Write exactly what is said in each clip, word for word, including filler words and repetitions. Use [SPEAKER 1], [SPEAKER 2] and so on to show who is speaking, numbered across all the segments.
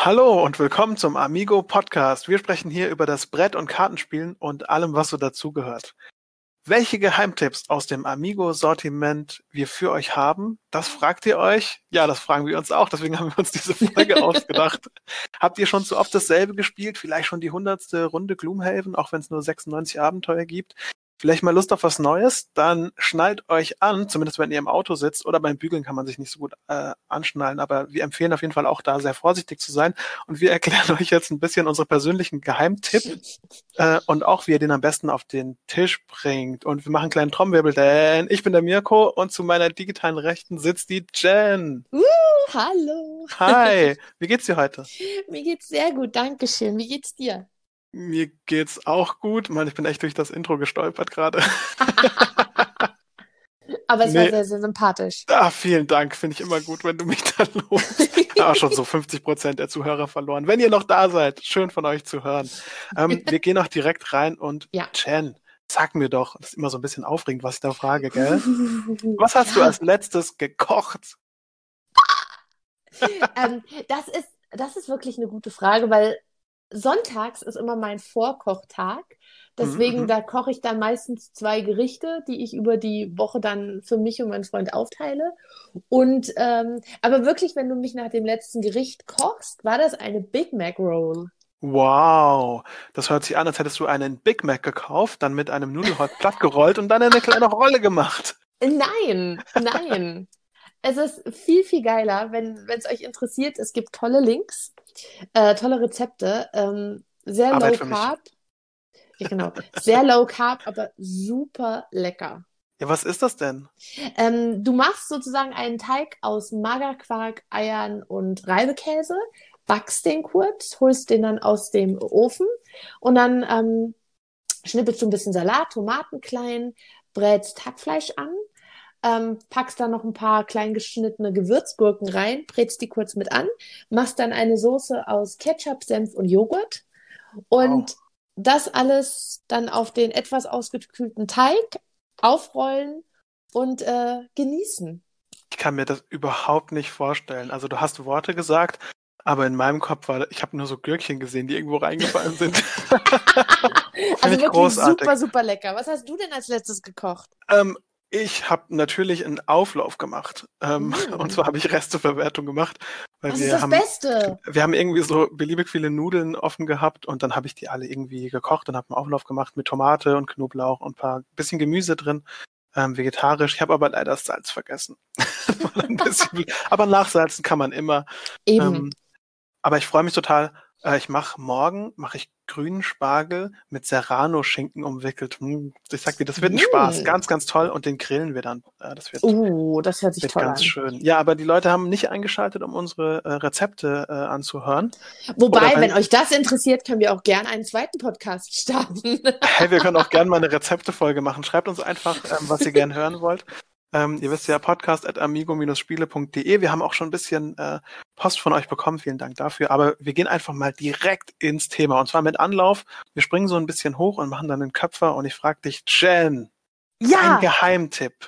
[SPEAKER 1] Hallo und willkommen zum Amigo Podcast. Wir sprechen hier über das Brett- und Kartenspielen und allem, was so dazugehört. Welche Geheimtipps aus dem Amigo-Sortiment wir für euch haben, das fragt ihr euch? Ja, das fragen wir uns auch, deswegen haben wir uns diese Folge ausgedacht. Habt ihr schon zu oft dasselbe gespielt? Vielleicht schon die hundertste Runde Gloomhaven, auch wenn es nur sechsundneunzig Abenteuer gibt? Vielleicht mal Lust auf was Neues? Dann schnallt euch an, zumindest wenn ihr im Auto sitzt, oder beim Bügeln kann man sich nicht so gut äh, anschnallen, aber wir empfehlen auf jeden Fall auch da sehr vorsichtig zu sein. Und wir erklären euch jetzt ein bisschen unsere persönlichen Geheimtipps äh, und auch, wie ihr den am besten auf den Tisch bringt. Und wir machen einen kleinen Trommelwirbel, denn ich bin der Mirko und zu meiner digitalen Rechten sitzt die Jen.
[SPEAKER 2] Uh, hallo.
[SPEAKER 1] Hi, wie geht's dir heute?
[SPEAKER 2] Mir geht's sehr gut, danke schön. Wie geht's dir?
[SPEAKER 1] Mir geht's auch gut. Mann, ich bin echt durch das Intro gestolpert gerade.
[SPEAKER 2] Aber es
[SPEAKER 1] Nee.
[SPEAKER 2] war sehr, sehr sympathisch.
[SPEAKER 1] Ah, vielen Dank. Finde ich immer gut, wenn du mich da lobst. Ah, schon so fünfzig Prozent der Zuhörer verloren. Wenn ihr noch da seid, schön von euch zu hören. Ähm, wir gehen auch direkt rein und
[SPEAKER 2] Ja.
[SPEAKER 1] Jen, sag mir doch, das ist immer so ein bisschen aufregend, was ich da frage, gell? Was hast du als letztes gekocht?
[SPEAKER 2] ähm, das ist, das ist wirklich eine gute Frage, weil sonntags ist immer mein Vorkochtag. Deswegen,
[SPEAKER 1] Mhm.
[SPEAKER 2] da koche ich dann meistens zwei Gerichte, die ich über die Woche dann für mich und meinen Freund aufteile. Und ähm, aber wirklich, wenn du mich nach dem letzten Gericht kochst, war das eine Big Mac Roll.
[SPEAKER 1] Wow, das hört sich an, als hättest du einen Big Mac gekauft, dann mit einem Nudelholz platt gerollt und dann eine kleine Rolle gemacht.
[SPEAKER 2] Nein, nein. Es ist viel, viel geiler, wenn wenn es euch interessiert. Es gibt tolle Links, äh, tolle Rezepte, ähm, sehr
[SPEAKER 1] Arbeit
[SPEAKER 2] low
[SPEAKER 1] für mich.
[SPEAKER 2] carb. Ja, genau. Sehr low carb, aber super lecker.
[SPEAKER 1] Ja, was ist das denn?
[SPEAKER 2] Ähm, du machst sozusagen einen Teig aus Magerquark, Eiern und Reibekäse, backst den kurz, holst den dann aus dem Ofen und dann ähm, schnippelst du ein bisschen Salat, Tomaten klein, brätst Hackfleisch an, ähm, packst dann noch ein paar klein geschnittene Gewürzgurken rein, brätst die kurz mit an, machst dann eine Soße aus Ketchup, Senf und Joghurt und
[SPEAKER 1] Wow.
[SPEAKER 2] das alles dann auf den etwas ausgekühlten Teig aufrollen und äh, genießen.
[SPEAKER 1] Ich kann mir das überhaupt nicht vorstellen. Also du hast Worte gesagt, aber in meinem Kopf war, ich habe nur so Gürkchen gesehen, die irgendwo reingefallen sind.
[SPEAKER 2] Also
[SPEAKER 1] ich
[SPEAKER 2] wirklich
[SPEAKER 1] großartig.
[SPEAKER 2] super, super lecker. Was hast du denn als letztes gekocht?
[SPEAKER 1] Ähm, ich habe natürlich einen Auflauf gemacht. Ähm,
[SPEAKER 2] Mm.
[SPEAKER 1] Und zwar habe ich Resteverwertung gemacht, weil
[SPEAKER 2] Das
[SPEAKER 1] wir
[SPEAKER 2] ist das
[SPEAKER 1] haben,
[SPEAKER 2] Beste.
[SPEAKER 1] wir haben irgendwie so beliebig viele Nudeln offen gehabt und dann habe ich die alle irgendwie gekocht und habe einen Auflauf gemacht mit Tomate und Knoblauch und ein paar bisschen Gemüse drin. Ähm, vegetarisch. Ich habe aber leider das Salz vergessen. War ein bisschen, aber nachsalzen kann man immer.
[SPEAKER 2] Eben.
[SPEAKER 1] Ähm, aber ich freue mich total. Äh, ich mache morgen mache ich grünen Spargel mit Serrano-Schinken umwickelt. Hm, ich sag dir, das wird ein Spaß.
[SPEAKER 2] Mm.
[SPEAKER 1] Ganz, ganz toll. Und den grillen wir dann. Äh, das wird,
[SPEAKER 2] Uh, das hört sich
[SPEAKER 1] wird
[SPEAKER 2] toll
[SPEAKER 1] ganz
[SPEAKER 2] an.
[SPEAKER 1] schön. Ja, aber die Leute haben nicht eingeschaltet, um unsere äh, Rezepte äh, anzuhören.
[SPEAKER 2] Wobei,
[SPEAKER 1] Oder
[SPEAKER 2] wenn
[SPEAKER 1] wenn,
[SPEAKER 2] euch das interessiert, können wir auch gerne einen zweiten Podcast starten.
[SPEAKER 1] hey, wir können auch gerne mal eine Rezeptefolge machen. Schreibt uns einfach, ähm, was ihr gerne hören wollt. Ähm, ihr wisst ja, podcast at amigo Spiele punkt de. Wir haben auch schon ein bisschen äh, Post von euch bekommen. Vielen Dank dafür. Aber wir gehen einfach mal direkt ins Thema. Und zwar mit Anlauf. Wir springen so ein bisschen hoch und machen dann den Köpfer. Und ich frage dich, Jen, dein
[SPEAKER 2] Ja!
[SPEAKER 1] Geheimtipp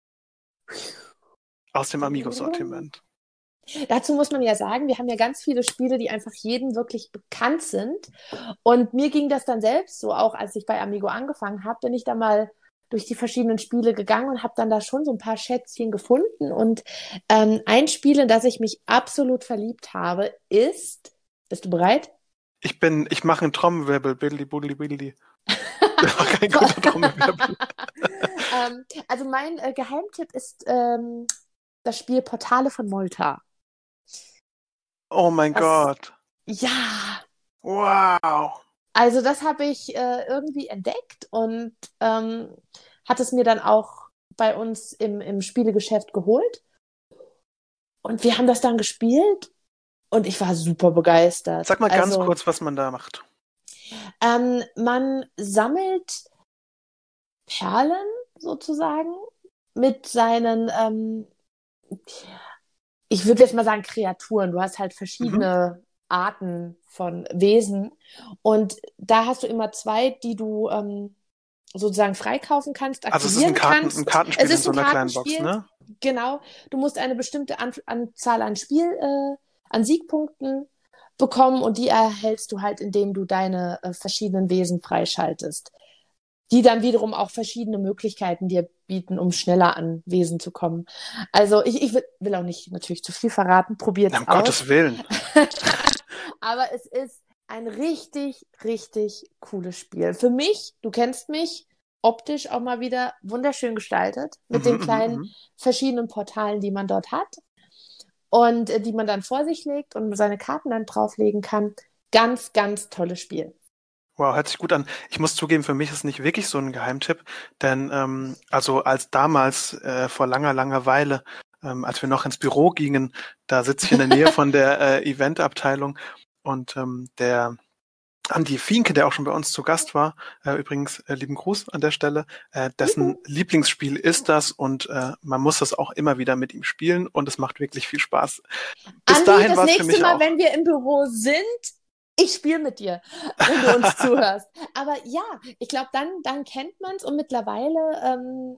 [SPEAKER 1] aus dem Amigo-Sortiment.
[SPEAKER 2] Dazu muss man ja sagen, wir haben ja ganz viele Spiele, die einfach jedem wirklich bekannt sind. Und mir ging das dann selbst so, auch als ich bei Amigo angefangen habe, bin ich da mal durch die verschiedenen Spiele gegangen und habe dann da schon so ein paar Schätzchen gefunden. Und ähm, ein Spiel, in das ich mich absolut verliebt habe, ist, bist du bereit?
[SPEAKER 1] Ich bin, ich mache einen Trommelwirbel, Bidli, Budli, Bidli. Das war kein guter Trommelwirbel.
[SPEAKER 2] ähm, also mein äh, Geheimtipp ist ähm, das Spiel Portale von Molta.
[SPEAKER 1] Oh mein
[SPEAKER 2] Das,
[SPEAKER 1] Gott.
[SPEAKER 2] ja,
[SPEAKER 1] Wow.
[SPEAKER 2] also das habe ich äh, irgendwie entdeckt und ähm, hat es mir dann auch bei uns im, im Spielegeschäft geholt. Und wir haben das dann gespielt und ich war super begeistert.
[SPEAKER 1] Sag mal ganz
[SPEAKER 2] Also
[SPEAKER 1] kurz, was man da macht.
[SPEAKER 2] ähm, man sammelt Perlen sozusagen mit seinen, ähm, ich würde jetzt mal sagen, Kreaturen. Du hast halt
[SPEAKER 1] Mhm.
[SPEAKER 2] verschiedene Arten von Wesen und da hast du immer zwei, die du ähm, sozusagen freikaufen kannst,
[SPEAKER 1] Also es ist ein,
[SPEAKER 2] aktivieren
[SPEAKER 1] Karten, ein
[SPEAKER 2] kannst.
[SPEAKER 1] Kartenspiel
[SPEAKER 2] Es
[SPEAKER 1] in
[SPEAKER 2] ist
[SPEAKER 1] so
[SPEAKER 2] ein
[SPEAKER 1] einer kleinen Box,
[SPEAKER 2] Kartenspiel,
[SPEAKER 1] ne?
[SPEAKER 2] genau. Du musst eine bestimmte An Anzahl an Spiel, äh, an Siegpunkten bekommen und die erhältst du halt, indem du deine äh, verschiedenen Wesen freischaltest, die dann wiederum auch verschiedene Möglichkeiten dir bieten, um schneller an Wesen zu kommen. Also ich, ich will, will auch nicht natürlich zu viel verraten, probiert's
[SPEAKER 1] Um
[SPEAKER 2] aus.
[SPEAKER 1] Gottes Willen.
[SPEAKER 2] Aber es ist ein richtig, richtig cooles Spiel. Für mich, du kennst mich, optisch auch mal wieder wunderschön gestaltet, mit
[SPEAKER 1] Mhm,
[SPEAKER 2] den
[SPEAKER 1] mhm,
[SPEAKER 2] kleinen
[SPEAKER 1] mhm.
[SPEAKER 2] verschiedenen Portalen, die man dort hat und äh, die man dann vor sich legt und seine Karten dann drauflegen kann. Ganz, ganz tolles Spiel.
[SPEAKER 1] Wow, hört sich gut an. Ich muss zugeben, für mich ist es nicht wirklich so ein Geheimtipp, denn ähm, also als damals äh, vor langer, langer Weile, ähm, als wir noch ins Büro gingen, da sitze ich in der Nähe von der äh, Eventabteilung und ähm, der Andi Fienke, der auch schon bei uns zu Gast war, äh, übrigens äh, lieben Gruß an der Stelle, äh, dessen Lieblingsspiel ist das und äh, man muss das auch immer wieder mit ihm spielen und es macht wirklich viel Spaß. Bis
[SPEAKER 2] Andi,
[SPEAKER 1] dahin
[SPEAKER 2] das
[SPEAKER 1] war es für
[SPEAKER 2] nächste
[SPEAKER 1] mich
[SPEAKER 2] Mal,
[SPEAKER 1] auch.
[SPEAKER 2] wenn wir im Büro sind, ich spiele mit dir, wenn du uns zuhörst. Aber ja, ich glaube, dann, dann kennt man es und mittlerweile, ähm,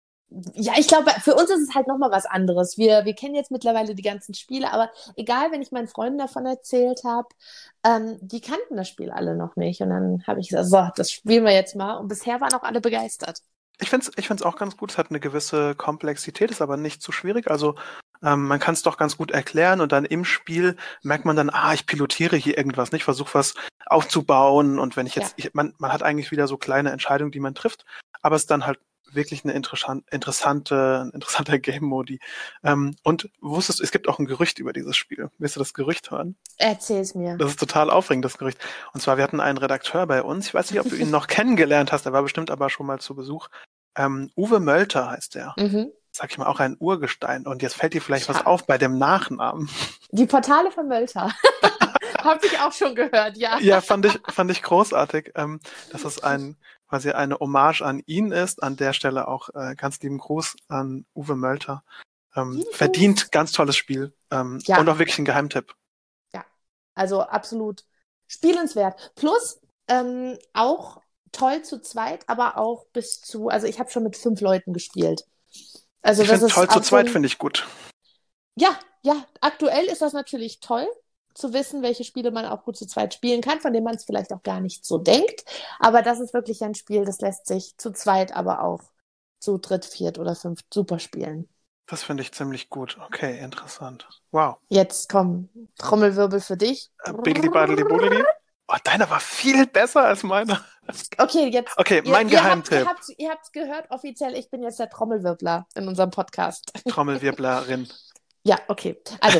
[SPEAKER 2] ja, ich glaube, für uns ist es halt nochmal was anderes. Wir, wir kennen jetzt mittlerweile die ganzen Spiele, aber egal, wenn ich meinen Freunden davon erzählt habe, ähm, die kannten das Spiel alle noch nicht. Und dann habe ich gesagt, so, das spielen wir jetzt mal. Und bisher waren auch alle begeistert.
[SPEAKER 1] Ich finde es ich find's auch ganz gut. Es hat eine gewisse Komplexität, ist aber nicht zu schwierig. Also ähm, man kann es doch ganz gut erklären und dann im Spiel merkt man dann, ah, ich pilotiere hier irgendwas, nicht? Versuche was aufzubauen und wenn ich
[SPEAKER 2] Ja.
[SPEAKER 1] jetzt, ich, man, man hat eigentlich wieder so kleine Entscheidungen, die man trifft, aber es ist dann halt wirklich eine interessant, interessante, ein interessanter Game-Modi. Ähm, und wusstest du, es gibt auch ein Gerücht über dieses Spiel. Willst du das Gerücht hören?
[SPEAKER 2] Erzähl's mir.
[SPEAKER 1] Das ist total aufregend, das Gerücht. Und zwar, wir hatten einen Redakteur bei uns. Ich weiß nicht, ob du ihn noch kennengelernt hast. Er war bestimmt aber schon mal zu Besuch. Ähm, Uwe Mölter heißt der.
[SPEAKER 2] Mhm.
[SPEAKER 1] Sag ich mal, auch ein Urgestein. Und jetzt fällt dir vielleicht was
[SPEAKER 2] Ja.
[SPEAKER 1] auf bei dem Nachnamen.
[SPEAKER 2] Die Portale von Mölter. Habe ich auch schon gehört, ja.
[SPEAKER 1] Ja, fand ich, fand ich großartig, ähm, dass es ein, quasi eine Hommage an ihn ist. An der Stelle auch äh, ganz lieben Gruß an Uwe Mölter. Ähm,
[SPEAKER 2] Lieben
[SPEAKER 1] verdient,
[SPEAKER 2] Gruß.
[SPEAKER 1] ganz tolles Spiel. Ähm,
[SPEAKER 2] Ja.
[SPEAKER 1] Und auch wirklich ein Geheimtipp.
[SPEAKER 2] Ja, also absolut spielenswert. Plus ähm, auch toll zu zweit, aber auch bis zu, also ich habe schon mit fünf Leuten gespielt. Also
[SPEAKER 1] Ich
[SPEAKER 2] das
[SPEAKER 1] finde
[SPEAKER 2] ist
[SPEAKER 1] toll zu
[SPEAKER 2] auch so
[SPEAKER 1] zweit,
[SPEAKER 2] ein,
[SPEAKER 1] finde ich gut.
[SPEAKER 2] ja, ja, aktuell ist das natürlich toll zu wissen, welche Spiele man auch gut zu zweit spielen kann, von denen man es vielleicht auch gar nicht so denkt. Aber das ist wirklich ein Spiel, das lässt sich zu zweit, aber auch zu dritt, viert oder fünft super spielen.
[SPEAKER 1] Das finde ich ziemlich gut. Okay, interessant. Wow.
[SPEAKER 2] Jetzt komm, Trommelwirbel für dich.
[SPEAKER 1] Äh, Bidli badli budeli. Oh, deiner war viel besser als meiner.
[SPEAKER 2] Okay, jetzt.
[SPEAKER 1] Okay,
[SPEAKER 2] Ihr,
[SPEAKER 1] mein
[SPEAKER 2] ihr habt, ihr
[SPEAKER 1] Geheimtipp.
[SPEAKER 2] habt, ihr habt's gehört, offiziell, ich bin jetzt der Trommelwirbler in unserem Podcast.
[SPEAKER 1] Trommelwirblerin.
[SPEAKER 2] Ja, okay. Also,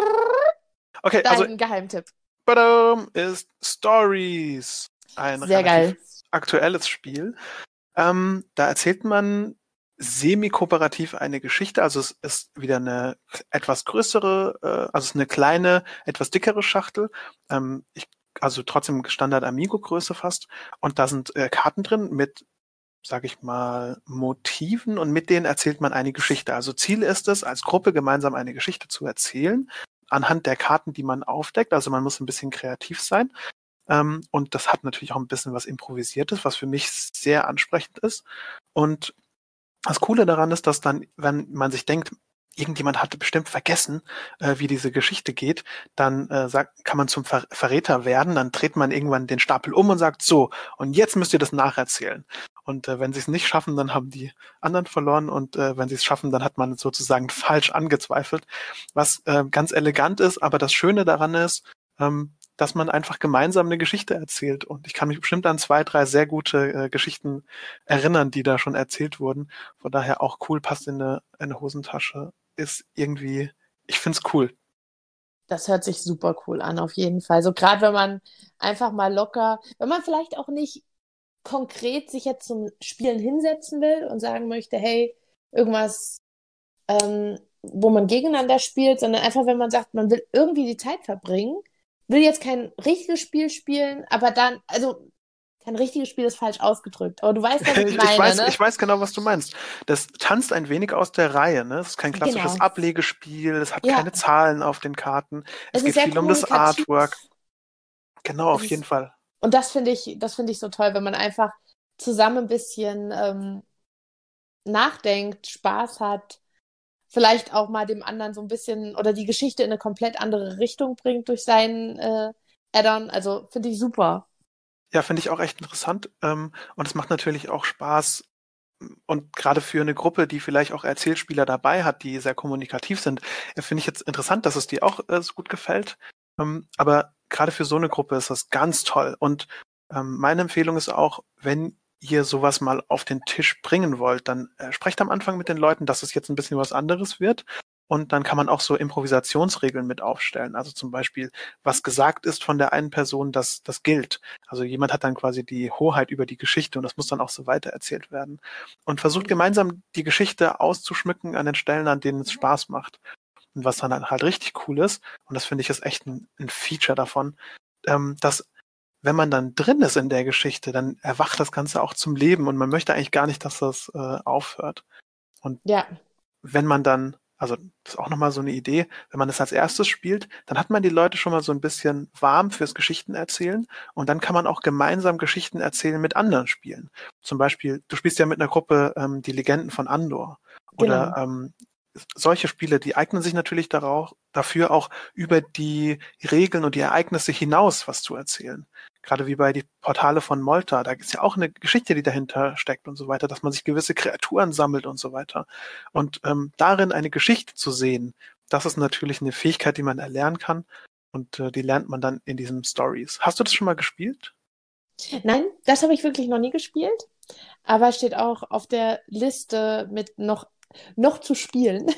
[SPEAKER 1] Okay, also
[SPEAKER 2] dein Geheimtipp.
[SPEAKER 1] badam, ist Stories. Ein
[SPEAKER 2] Sehr
[SPEAKER 1] relativ
[SPEAKER 2] geil.
[SPEAKER 1] aktuelles Spiel. Ähm, da erzählt man semi-kooperativ eine Geschichte. Also es ist wieder eine etwas größere, äh, also es ist eine kleine, etwas dickere Schachtel. Ähm, ich, also trotzdem Standard Amigo-Größe fast. Und da sind äh, Karten drin mit, sage ich mal, Motiven und mit denen erzählt man eine Geschichte. Also Ziel ist es, als Gruppe gemeinsam eine Geschichte zu erzählen, anhand der Karten, die man aufdeckt. Also man muss ein bisschen kreativ sein. Ähm, und das hat natürlich auch ein bisschen was Improvisiertes, was für mich sehr ansprechend ist. Und das Coole daran ist, dass dann, wenn man sich denkt, irgendjemand hatte bestimmt vergessen, äh, wie diese Geschichte geht, dann äh, sagt, kann man zum Ver Verräter werden, dann dreht man irgendwann den Stapel um und sagt, so, und jetzt müsst ihr das nacherzählen. Und äh, wenn sie es nicht schaffen, dann haben die anderen verloren und äh, wenn sie es schaffen, dann hat man sozusagen falsch angezweifelt, was äh, ganz elegant ist, aber das Schöne daran ist, ähm, dass man einfach gemeinsam eine Geschichte erzählt. Und ich kann mich bestimmt an zwei, drei sehr gute äh, Geschichten erinnern, die da schon erzählt wurden. Von daher auch cool, passt in eine, in eine Hosentasche. Ist irgendwie, ich find's cool.
[SPEAKER 2] Das hört sich super cool an, auf jeden Fall. So gerade wenn man einfach mal locker, wenn man vielleicht auch nicht konkret sich jetzt zum Spielen hinsetzen will und sagen möchte, hey, irgendwas, ähm, wo man gegeneinander spielt, sondern einfach, wenn man sagt, man will irgendwie die Zeit verbringen, will jetzt kein richtiges Spiel spielen, aber dann, also kein richtiges Spiel ist falsch ausgedrückt, aber du weißt, was ich
[SPEAKER 1] Ich,
[SPEAKER 2] meine,
[SPEAKER 1] ich weiß,
[SPEAKER 2] ne?
[SPEAKER 1] ich weiß genau, was du meinst. Das tanzt ein wenig aus der Reihe, ne? Es ist kein klassisches
[SPEAKER 2] Genau.
[SPEAKER 1] Ablegespiel, es hat
[SPEAKER 2] Ja.
[SPEAKER 1] keine Zahlen auf den Karten, es,
[SPEAKER 2] Es ist
[SPEAKER 1] geht
[SPEAKER 2] sehr
[SPEAKER 1] viel um das
[SPEAKER 2] kommunikativ.
[SPEAKER 1] Artwork. Genau, auf
[SPEAKER 2] Es
[SPEAKER 1] jeden
[SPEAKER 2] ist,
[SPEAKER 1] Fall.
[SPEAKER 2] und das finde ich, das finde ich so toll, wenn man einfach zusammen ein bisschen ähm, nachdenkt, Spaß hat, vielleicht auch mal dem anderen so ein bisschen oder die Geschichte in eine komplett andere Richtung bringt durch seinen äh, Add-on. Also finde ich super.
[SPEAKER 1] Ja, finde ich auch echt interessant. Ähm, und es macht natürlich auch Spaß. Und gerade für eine Gruppe, die vielleicht auch Erzählspieler dabei hat, die sehr kommunikativ sind, äh, finde ich jetzt interessant, dass es dir auch äh, so gut gefällt. Ähm, aber gerade für so eine Gruppe ist das ganz toll. Und ähm, meine Empfehlung ist auch, wenn ihr sowas mal auf den Tisch bringen wollt, dann äh, sprecht am Anfang mit den Leuten, dass es jetzt ein bisschen was anderes wird. Und dann kann man auch so Improvisationsregeln mit aufstellen. Also zum Beispiel, was gesagt ist von der einen Person, das, das gilt. Also jemand hat dann quasi die Hoheit über die Geschichte und das muss dann auch so weitererzählt werden. Und versucht gemeinsam die Geschichte auszuschmücken an den Stellen, an denen es Spaß macht. Und was dann halt richtig cool ist, und das finde ich ist echt ein, ein Feature davon, ähm, dass wenn man dann drin ist in der Geschichte, dann erwacht das Ganze auch zum Leben und man möchte eigentlich gar nicht, dass das äh, aufhört. Und
[SPEAKER 2] Ja.
[SPEAKER 1] wenn man dann, also das ist auch nochmal so eine Idee, wenn man das als erstes spielt, dann hat man die Leute schon mal so ein bisschen warm fürs Geschichtenerzählen und dann kann man auch gemeinsam Geschichten erzählen mit anderen Spielen. Zum Beispiel, du spielst ja mit einer Gruppe ähm, die Legenden von Andor. Oder
[SPEAKER 2] Genau.
[SPEAKER 1] ähm, solche Spiele, die eignen sich natürlich darauf, dafür auch über die Regeln und die Ereignisse hinaus was zu erzählen. Gerade wie bei die Portale von Molta, da ist ja auch eine Geschichte, die dahinter steckt und so weiter, dass man sich gewisse Kreaturen sammelt und so weiter. Und ähm, darin eine Geschichte zu sehen, das ist natürlich eine Fähigkeit, die man erlernen kann und äh, die lernt man dann in diesen Stories. Hast du das schon mal gespielt?
[SPEAKER 2] Nein, das habe ich wirklich noch nie gespielt, aber steht auch auf der Liste mit noch, noch zu spielen.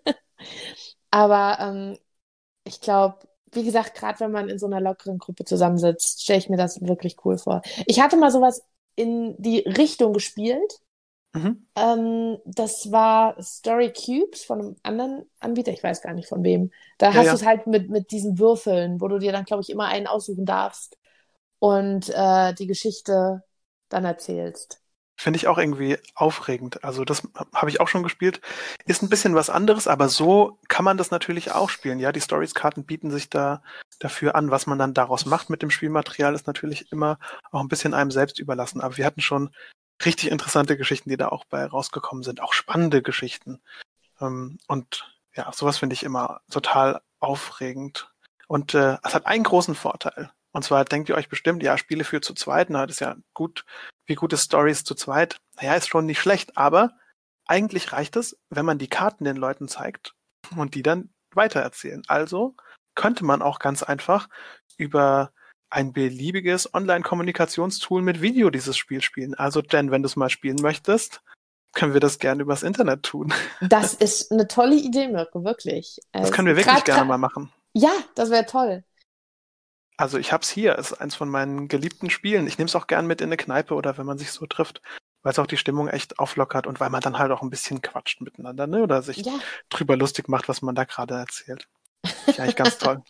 [SPEAKER 2] Aber ähm, ich glaube, wie gesagt, gerade wenn man in so einer lockeren Gruppe zusammensitzt, stelle ich mir das wirklich cool vor. Ich hatte mal sowas in die Richtung gespielt.
[SPEAKER 1] Mhm.
[SPEAKER 2] Ähm, das war Story Cubes von einem anderen Anbieter, ich weiß gar nicht von wem. Da
[SPEAKER 1] Ja,
[SPEAKER 2] hast du
[SPEAKER 1] ja.
[SPEAKER 2] es halt mit, mit diesen Würfeln, wo du dir dann, glaube ich, immer einen aussuchen darfst und äh, die Geschichte dann erzählst.
[SPEAKER 1] Finde ich auch irgendwie aufregend. Also das habe ich auch schon gespielt. Ist ein bisschen was anderes, aber so kann man das natürlich auch spielen. Ja, die Stories-Karten bieten sich da dafür an. Was man dann daraus macht mit dem Spielmaterial, ist natürlich immer auch ein bisschen einem selbst überlassen. Aber wir hatten schon richtig interessante Geschichten, die da auch bei rausgekommen sind. Auch spannende Geschichten. Ähm, und ja, sowas finde ich immer total aufregend. Und äh, es hat einen großen Vorteil. Und zwar denkt ihr euch bestimmt, ja, Spiele für zu zweit, na, das ist ja gut, wie gute Stories zu zweit. Naja, ist schon nicht schlecht, aber eigentlich reicht es, wenn man die Karten den Leuten zeigt und die dann weitererzählen. Also könnte man auch ganz einfach über ein beliebiges Online-Kommunikationstool mit Video dieses Spiel spielen. Also Jen, wenn du es mal spielen möchtest, können wir das gerne übers Internet tun.
[SPEAKER 2] Das ist eine tolle Idee, Mirko, wirklich.
[SPEAKER 1] Das
[SPEAKER 2] Also,
[SPEAKER 1] können wir wirklich
[SPEAKER 2] grad,
[SPEAKER 1] gerne
[SPEAKER 2] grad,
[SPEAKER 1] mal machen.
[SPEAKER 2] ja, das wäre toll.
[SPEAKER 1] Also ich hab's hier, es ist eins von meinen geliebten Spielen. Ich nehme es auch gern mit in eine Kneipe oder wenn man sich so trifft, weil es auch die Stimmung echt auflockert und weil man dann halt auch ein bisschen quatscht miteinander, ne? Oder sich
[SPEAKER 2] Ja.
[SPEAKER 1] drüber lustig macht, was man da gerade erzählt. Finde ich eigentlich ganz toll.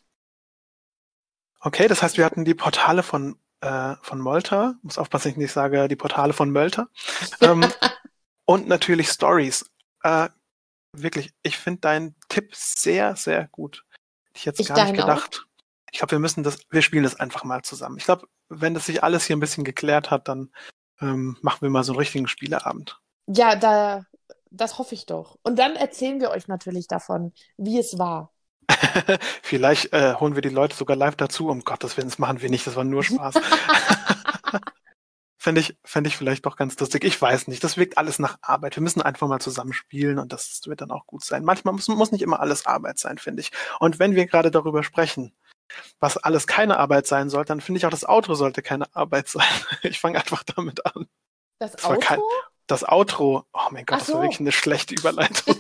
[SPEAKER 1] Okay, das heißt, wir hatten die Portale von, äh, von Molta. Muss aufpassen, dass ich nicht sage, die Portale von Mölter. Ähm, und natürlich Stories. Äh, wirklich, ich finde deinen Tipp sehr, sehr gut. Hätte ich jetzt
[SPEAKER 2] Ich
[SPEAKER 1] gar nicht
[SPEAKER 2] deine auch.
[SPEAKER 1] gedacht. Ich glaube, wir müssen das, wir spielen das einfach mal zusammen. Ich glaube, wenn das sich alles hier ein bisschen geklärt hat, dann ähm, machen wir mal so einen richtigen Spieleabend.
[SPEAKER 2] Ja, da, das hoffe ich doch. Und dann erzählen wir euch natürlich davon, wie es war.
[SPEAKER 1] Vielleicht äh, holen wir die Leute sogar live dazu. Um Gottes Willen, das machen wir nicht. Das war nur Spaß. Fände ich, fänd ich vielleicht doch ganz lustig. Ich weiß nicht. Das wirkt alles nach Arbeit. Wir müssen einfach mal zusammen spielen und das wird dann auch gut sein. Manchmal muss, muss nicht immer alles Arbeit sein, finde ich. Und wenn wir gerade darüber sprechen, was alles keine Arbeit sein soll, dann finde ich auch, das Outro sollte keine Arbeit sein. Ich fange einfach damit an.
[SPEAKER 2] Das
[SPEAKER 1] Das war kein,
[SPEAKER 2] Auto?
[SPEAKER 1] das Outro, oh mein Gott,
[SPEAKER 2] Ach
[SPEAKER 1] das war wirklich
[SPEAKER 2] so.
[SPEAKER 1] eine schlechte Überleitung.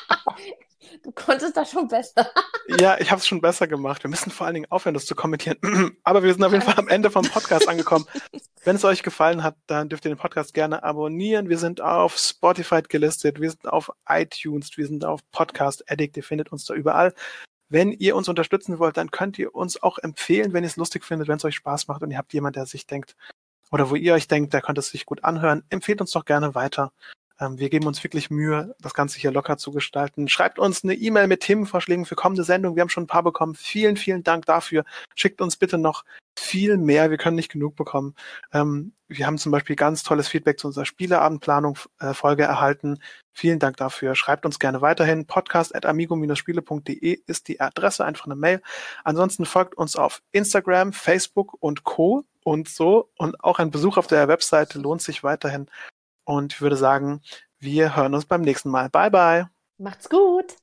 [SPEAKER 2] Du konntest das schon besser.
[SPEAKER 1] Ja, ich habe es schon besser gemacht. Wir müssen vor allen Dingen aufhören, das zu kommentieren. Aber wir sind auf jeden Fall am Ende vom Podcast angekommen. Wenn es euch gefallen hat, dann dürft ihr den Podcast gerne abonnieren. Wir sind auf Spotify gelistet, wir sind auf iTunes, wir sind auf Podcast Addict, ihr findet uns da überall. Wenn ihr uns unterstützen wollt, dann könnt ihr uns auch empfehlen, wenn ihr es lustig findet, wenn es euch Spaß macht und ihr habt jemanden, der sich denkt, oder wo ihr euch denkt, der könnte es sich gut anhören, empfehlt uns doch gerne weiter. Ähm, wir geben uns wirklich Mühe, das Ganze hier locker zu gestalten. Schreibt uns eine E-Mail mit Themenvorschlägen für kommende Sendungen. Wir haben schon ein paar bekommen. Vielen, vielen Dank dafür. Schickt uns bitte noch viel mehr. Wir können nicht genug bekommen. Ähm, wir haben zum Beispiel ganz tolles Feedback zu unserer Spieleabendplanung-Folge erhalten. Vielen Dank dafür. Schreibt uns gerne weiterhin. podcast at amigo Bindestrich spiele punkt de ist die Adresse, einfach eine Mail. Ansonsten folgt uns auf Instagram, Facebook und Co. und so. Und auch ein Besuch auf der Webseite lohnt sich weiterhin. Und ich würde sagen, wir hören uns beim nächsten Mal. Bye, bye.
[SPEAKER 2] Macht's gut!